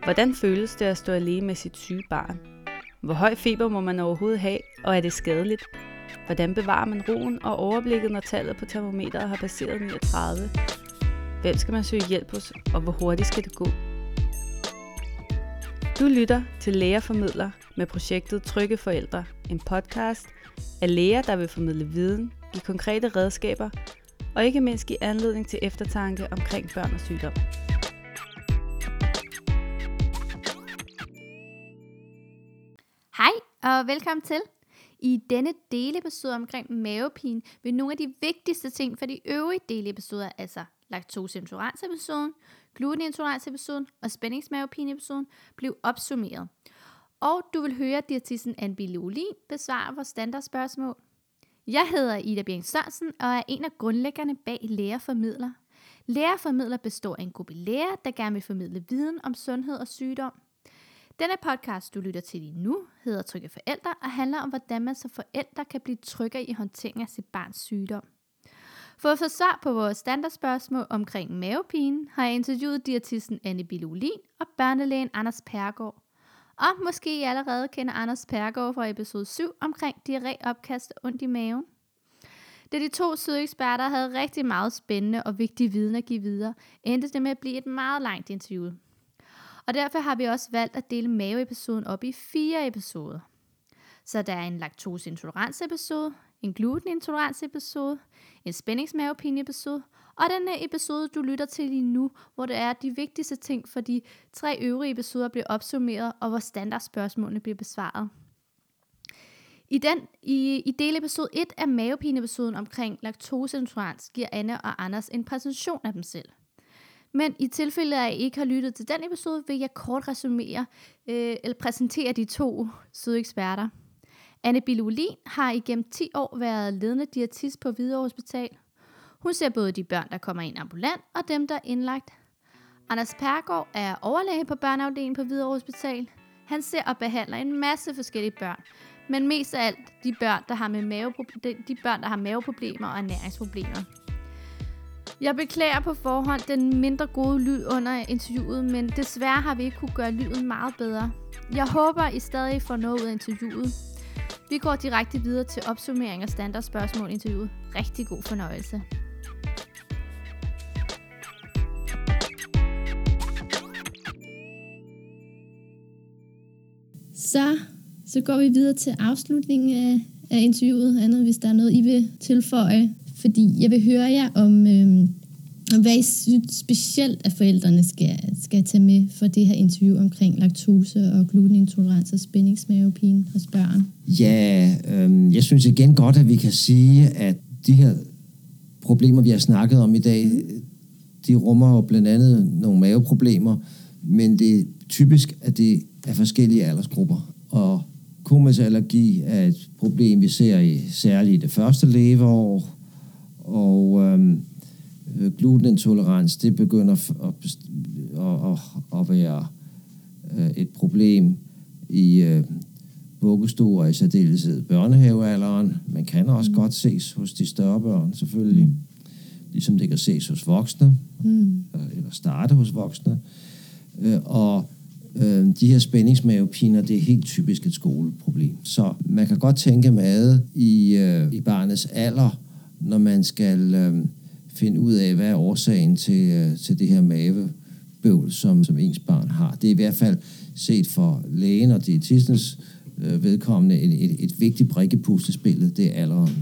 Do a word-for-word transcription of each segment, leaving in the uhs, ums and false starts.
Hvordan føles det at stå alene med sit syge barn? Hvor høj feber må man overhovedet have, og er det skadeligt? Hvordan bevarer man roen og overblikket, når tallet på termometeret har passeret niogtredive? Hvem skal man søge hjælp hos, og hvor hurtigt skal det gå? Du lytter til Læger Formidler med projektet Trygge Forældre, en podcast af læger, der vil formidle viden, give konkrete redskaber og ikke mindst give anledning til eftertanke omkring børn og sygdom. Hej og velkommen til. I denne delepisode omkring mavepine vil nogle af de vigtigste ting for de øvrige delepisoder, altså laktoseintolerans-episoden, glutenintolerans-episoden og spændingsmavepine-episoden, blive opsummeret. Og du vil høre diætisten Anne Bille Olin besvare vores standardspørgsmål. Jeg hedder Ida Bjerg Sørensen og er en af grundlæggerne bag Læger Formidler. Læger Formidler består af en gruppe læger, der gerne vil formidle viden om sundhed og sygdom. Denne podcast, du lytter til lige nu, hedder Trygge Forældre og handler om, hvordan man som forældre kan blive tryggere i håndtering af sit barns sygdom. For at få svar på vores standardspørgsmål omkring mavepine, har jeg interviewet diætisten Anne Bille Olin og børnelægen Anders Pergaard. Og måske I allerede kender Anders Pergaard fra episode syv omkring diarré, opkast og ondt i maven. Da de to søde eksperter havde rigtig meget spændende og vigtige viden at give videre, endte det med at blive et meget langt interview. Og derfor har vi også valgt at dele maveepisoden op i fire episoder. Så der er en laktoseintolerans-episode, en glutenintolerans-episode, en spændingsmavepine-episode, og den episode, du lytter til lige nu, hvor det er de vigtigste ting for de tre øvrige episoder bliver opsummeret, og hvor standardspørgsmålene bliver besvaret. I, den, i, i delepisode et af mavepine-episoden omkring laktoseintolerans giver Anne og Anders en præsentation af dem selv. Men i tilfælde af, at I ikke har lyttet til den episode, vil jeg kort resumere øh, eller præsentere de to søde eksperter. Anne Bille Olin har igennem ti år været ledende diætist på Hvidovre Hospital. Hun ser både de børn, der kommer ind ambulant, og dem, der er indlagt. Anders Pergaard er overlæge på børneafdelingen på Hvidovre Hospital. Han ser og behandler en masse forskellige børn, men mest af alt de børn, der har, med maveproble- de børn, der har maveproblemer og ernæringsproblemer. Jeg beklager på forhånd den mindre gode lyd under interviewet, men desværre har vi ikke kunne gøre lyden meget bedre. Jeg håber, I stadig får noget ud af interviewet. Vi går direkte videre til opsummering og standardspørgsmål i interviewet. Rigtig god fornøjelse. Så, så går vi videre til afslutningen af, af interviewet, andet hvis der er noget, I vil tilføje. Fordi jeg vil høre jer om, øh, om hvad I synes specielt, at forældrene skal, skal tage med for det her interview omkring laktose og glutenintolerans og spændingsmavepine hos børn. Ja, øh, jeg synes igen godt, at vi kan sige, at de her problemer, vi har snakket om i dag, de rummer jo blandt andet nogle maveproblemer, men det er typisk, at det er forskellige aldersgrupper. Og komesallergi er et problem, vi ser i særligt i det første leveår, og øhm, glutenintolerans, det begynder at, at, at, at være øh, et problem i øh, vuggestuer, i særdeleshed børnehavealderen. Man kan også mm. godt ses hos de større børn, selvfølgelig. Mm. Ligesom det kan ses hos voksne, mm. eller starte hos voksne. Øh, og øh, de her spændingsmavepiner, det er helt typisk et skoleproblem. Så man kan godt tænke mad i, øh, i barnets alder, når man skal øh, finde ud af, hvad er årsagen til, øh, til det her mavebøvl, som, som ens barn har. Det er i hvert fald set for lægen og diætistens øh, vedkommende et, et, et vigtigt brik i puslespillet, det er alderen.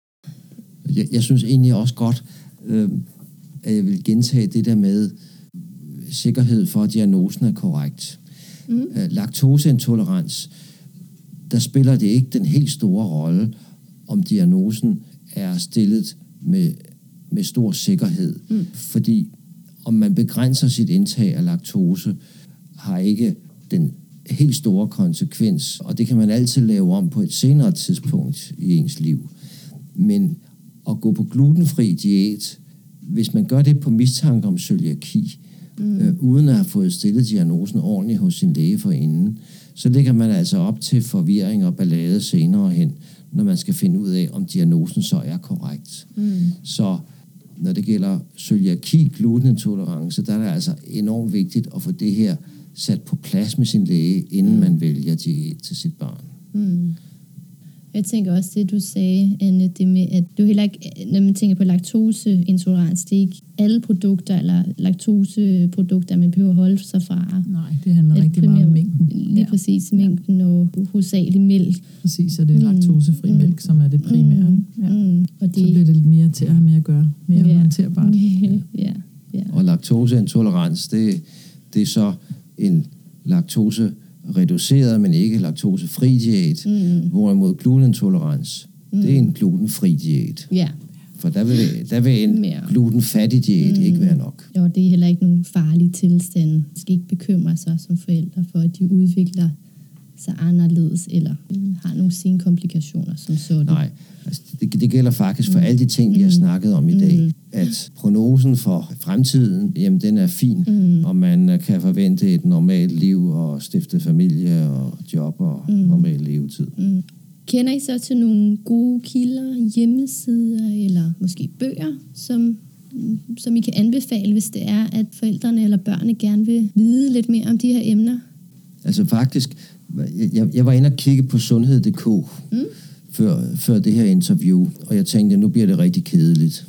Jeg, jeg synes egentlig også godt, øh, at jeg vil gentage det der med sikkerhed for, at diagnosen er korrekt. Mm. Øh, laktoseintolerans, der spiller det ikke den helt store rolle, om diagnosen er stillet med, med stor sikkerhed. Mm. Fordi om man begrænser sit indtag af laktose, har ikke den helt store konsekvens, og det kan man altid lave om på et senere tidspunkt i ens liv. Men at gå på glutenfri diæt, hvis man gør det på mistanke om cøliaki, mm. øh, uden at have fået stillet diagnosen ordentligt hos sin læge forinden, så lægger man altså op til forvirring og ballade senere hen, når man skal finde ud af, om diagnosen så er korrekt. Mm. Så når det gælder cøliaki, glutenintolerance, der er det altså enormt vigtigt at få det her sat på plads med sin læge, inden mm. man vælger diæt til sit barn. Mm. Jeg tænker også det, du sagde, Anne, det med, at du heller ikke, når man tænker på laktoseintolerans, det er ikke alle produkter eller laktoseprodukter, man behøver at holde sig fra. Nej, det handler rigtig meget om mængden. Lige ja. præcis mængden og hovedsageligt mælk. Præcis, og det er laktosefri mm. mælk, som er det primære. Mm. Ja. Mm. Og det... Så bliver det lidt mere til at have med at gøre, mere ja. håndterbart. ja. Ja. Og laktoseintolerans, det, det er så en laktose reduceret, men ikke laktosefri diæt, mm. hvorimod glutenintolerans, mm. det er en glutenfri diæt. Ja. For der vil, der vil en glutenfattig diæt mm. ikke være nok. Jo, det er heller ikke nogen farlige tilstande. Man skal ikke bekymre sig som forældre for, at de udvikler sig anderledes, eller har nogle senkomplikationer som sådan. Nej, altså det, det gælder faktisk for mm. alle de ting, vi har snakket om i dag, mm. at prognosen for fremtiden, jamen den er fin, mm. og man kan forvente et normalt liv og stifte familie og job og mm. normal levetid. Mm. Kender I så til nogle gode kilder, hjemmesider eller måske bøger, som, som I kan anbefale, hvis det er, at forældrene eller børnene gerne vil vide lidt mere om de her emner? Altså faktisk, jeg, jeg var inde og kigge på sundhed punktum d k mm. før, før det her interview, og jeg tænkte, at nu bliver det rigtig kedeligt.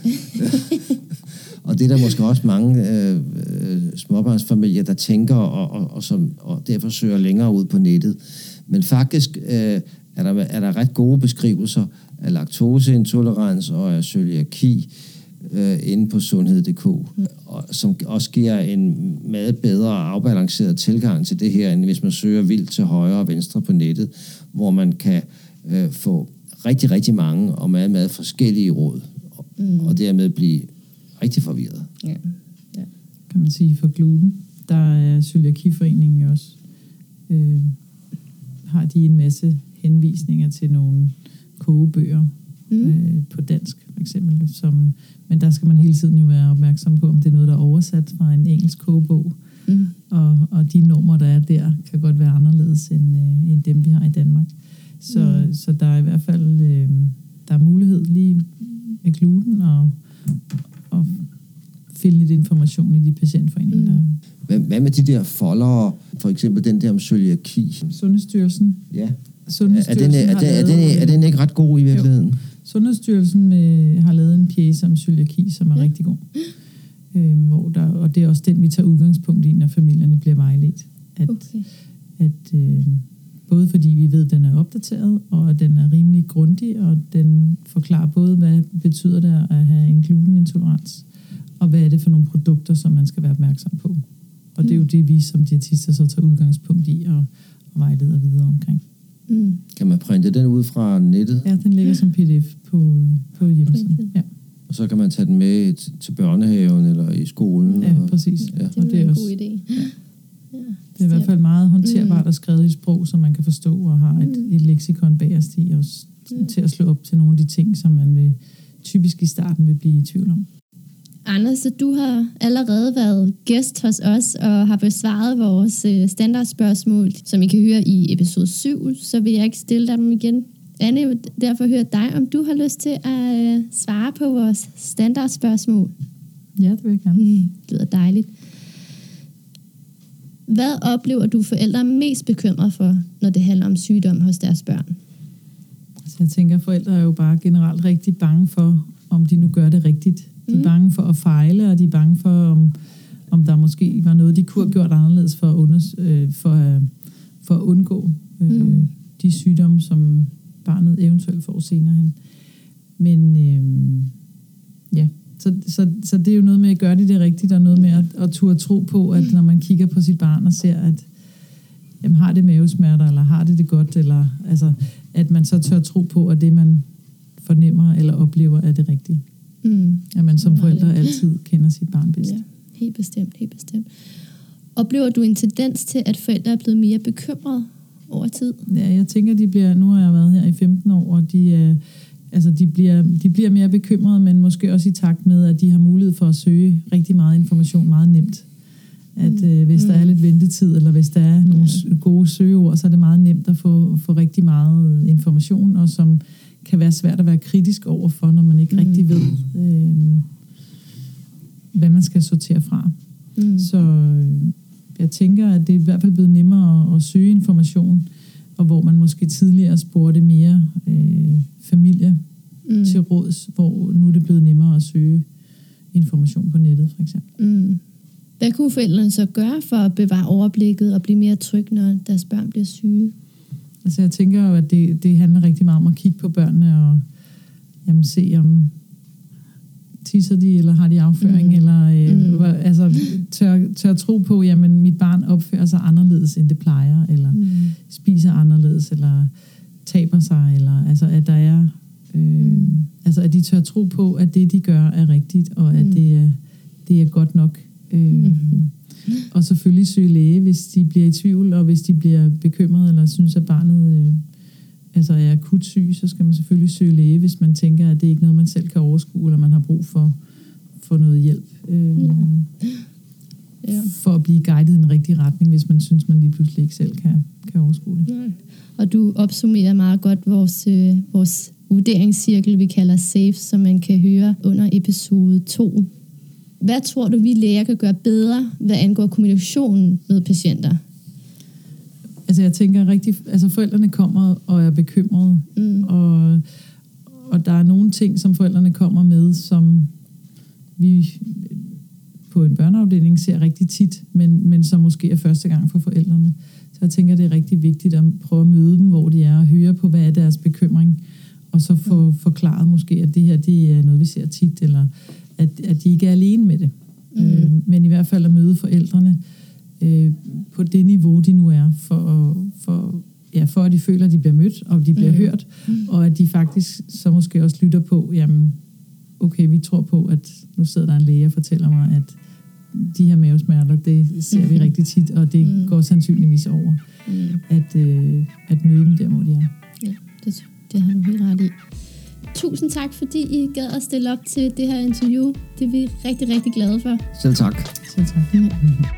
Og det er der måske også mange øh, småbarnsfamilier, der tænker, og, og, og, som, og derfor søger længere ud på nettet. Men faktisk øh, er, der, er der ret gode beskrivelser af laktoseintolerans og af cøliaki øh, inde på sundhed punktum d k, mm. og, som også giver en meget bedre og afbalanceret tilgang til det her, end hvis man søger vildt til højre og venstre på nettet, hvor man kan øh, få rigtig, rigtig mange og meget, meget forskellige råd, mm. og dermed blive rigtig forvirret. Ja. Ja. Kan man sige for gluten. Der er Cøliakiforeningen jo også. Øh, har de en masse henvisninger til nogle kogebøger mm. øh, på dansk for eksempel. Som, men der skal man hele tiden jo være opmærksom på, om det er noget, der er oversat fra en engelsk kogebog. Mm. Og, og de numre, der er der, kan godt være anderledes end, øh, end dem, vi har i Danmark. Så, mm. så der er i hvert fald øh, der er mulighed lige med gluten og og finde lidt information i de patientforeninger. Mm. Hvad, hvad med de der foldere, for eksempel den der om cøliaki? Sundhedsstyrelsen. Ja. Sundhedsstyrelsen er, den, er, den, er, den, er, er den ikke ret god i virkeligheden? Jo. Sundhedsstyrelsen med, har lavet en pjece om cøliaki, som er ja. rigtig god. Øh, hvor der, og det er også den, vi tager udgangspunkt i, når familierne bliver vejledt. At, okay. at øh, både fordi vi ved, at den er opdateret, og at den er rimelig grundig, og den forklarer både, hvad betyder det at have en glutenintolerans, og hvad er det for nogle produkter, som man skal være opmærksom på. Og mm. det er jo det, vi som diætister så tager udgangspunkt i, og, og vejleder videre omkring. Mm. Kan man printe den ud fra nettet? Ja, den ligger som pdf på, på hjemmesiden. Ja. Og så kan man tage den med til børnehaven eller i skolen? Ja, og, præcis. Ja. Det er, og det er en også, god idé. Ja. Ja, det er i hvert fald meget håndterbart mm. og skrevet i sprog, som man kan forstå, og har et, mm. et leksikon bagerst i, også mm. til at slå op til nogle af de ting, som man vil, typisk i starten vil blive i tvivl om. Anders, du har allerede været gæst hos os og har besvaret vores standardspørgsmål, som I kan høre i episode syv, så vil jeg ikke stille dem igen. Anne, jeg vil derfor høre dig, om du har lyst til at svare på vores standardspørgsmål. Ja, det vil jeg gerne. Mm, det lyder dejligt. Hvad oplever du forældre mest bekymret for, når det handler om sygdom hos deres børn? Så jeg tænker, at forældre er jo bare generelt rigtig bange for, om de nu gør det rigtigt. De er mm. bange for at fejle, og de er bange for, om, om der måske var noget, de kunne have gjort anderledes for at, unders- øh, for, øh, for at undgå øh, mm. de sygdomme, som barnet eventuelt får senere hen. Men øh, ja, så, så, så det er jo noget med at gøre det, det rigtigt, og noget med at, at turde tro på, at når man kigger på sit barn og ser, at jamen, har det mavesmerter, eller har det det godt, eller altså, at man så tør tro på, at det, man fornemmer eller oplever, er det rigtige. Mm. At man som forældre altid kender sit barn bedst. Ja, helt bestemt, helt bestemt. Oplever du en tendens til, at forældre er blevet mere bekymrede over tid? Ja, jeg tænker, de bliver, nu har jeg været her i femten år, og de, øh, altså de, bliver, de bliver mere bekymrede, men måske også i takt med, at de har mulighed for at søge rigtig meget information meget nemt. At øh, hvis mm. der er lidt ventetid, eller hvis der er nogle ja. gode søgeord, så er det meget nemt at få, få rigtig meget information, og som kan være svært at være kritisk overfor, når man ikke mm. rigtig ved, øh, hvad man skal sortere fra. Mm. Så, jeg tænker, at det er i hvert fald blevet nemmere at, at søge information, og hvor man måske tidligere spurgte mere øh, familie mm. til råds, hvor nu er det blevet nemmere at søge information på nettet, for eksempel. Mm. Hvad kunne forældrene så gøre for at bevare overblikket og blive mere trygge, når deres børn bliver syge? Altså jeg tænker jo, at det, det handler rigtig meget om at kigge på børnene og jamen, se om tisser de, eller har de afføring, mm. eller øh, mm. altså, tør, tør tro på, jamen mit barn opfører sig anderledes, end det plejer, eller mm. spiser anderledes, eller taber sig, eller altså at der er, øh, mm. altså at de tør tro på, at det de gør er rigtigt, og at mm. det, er, det er godt nok. Øh, mm. Og selvfølgelig søge læge, hvis de bliver i tvivl, og hvis de bliver bekymret, eller synes, at barnet øh, altså er akut syg, så skal man selvfølgelig søge læge, hvis man tænker, at det ikke er noget, man selv kan overskue, eller man har brug for, for noget hjælp. Øh, ja. Ja. For at blive guidet i den rigtige retning, hvis man synes, man lige pludselig ikke selv kan, kan overskue det. Ja. Og du opsummerer meget godt vores, øh, vores vurderingscirkel, vi kalder SAFE, som man kan høre under episode to. Hvad tror du, vi læger kan gøre bedre, hvad angår kommunikationen med patienter? Altså jeg tænker rigtig, altså forældrene kommer og er bekymrede, mm. og, og der er nogle ting, som forældrene kommer med, som vi på en børneafdeling ser rigtig tit, men, men som måske er første gang for forældrene. Så jeg tænker, det er rigtig vigtigt at prøve at møde dem, hvor de er, og høre på, hvad er deres bekymring, og så få forklaret måske, at det her det er noget, vi ser tit, eller at, at de ikke er alene med det. Mm. Øh, men i hvert fald at møde forældrene øh, på det niveau, de nu er, for, for, ja, for at de føler, at de bliver mødt, og de bliver mm. hørt, mm. og at de faktisk så måske også lytter på, jamen, okay, vi tror på, at nu sidder der en læge og fortæller mig, at de her mavesmerter, det ser mm. vi rigtig tit, og det mm. går sandsynligvis over, mm. at, øh, at møde dem der, hvor de er. Ja, det, det har du helt ret i. Tusind tak, fordi I gad at stille op til det her interview. Det er vi rigtig, rigtig glade for. Selv tak. Selv tak. Ja.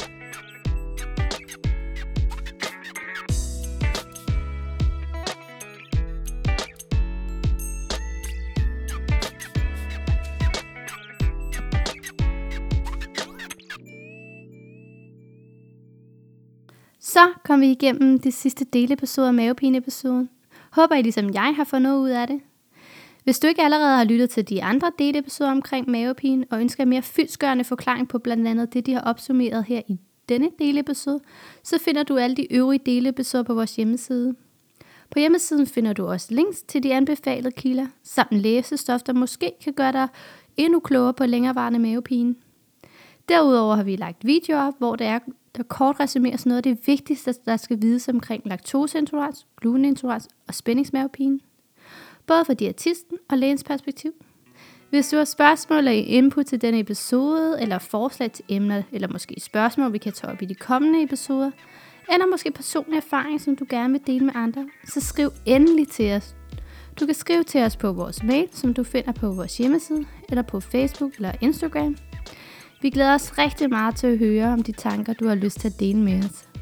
Så kom vi igennem det sidste delepisode af Mavepine-episoden. Håber I ligesom jeg har fået noget ud af det. Hvis du ikke allerede har lyttet til de andre delepisoder omkring mavepine, og ønsker en mere fyldestgørende forklaring på blandt andet det, de har opsummeret her i denne delepisode, så finder du alle de øvrige delepisoder på vores hjemmeside. På hjemmesiden finder du også links til de anbefalede kilder, samt en læsestof, der måske kan gøre dig endnu klogere på længerevarende mavepine. Derudover har vi lagt videoer op, hvor der, er, der kort resumeres noget af det vigtigste, der skal vides omkring laktoseintolerans, glutenintolerans og spændingsmavepine. Både fra diætisten og lægens perspektiv. Hvis du har spørgsmål eller input til denne episode, eller forslag til emner, eller måske spørgsmål, vi kan tage op i de kommende episoder, eller måske personlig erfaring, som du gerne vil dele med andre, så skriv endelig til os. Du kan skrive til os på vores mail, som du finder på vores hjemmeside, eller på Facebook eller Instagram. Vi glæder os rigtig meget til at høre om de tanker, du har lyst til at dele med os.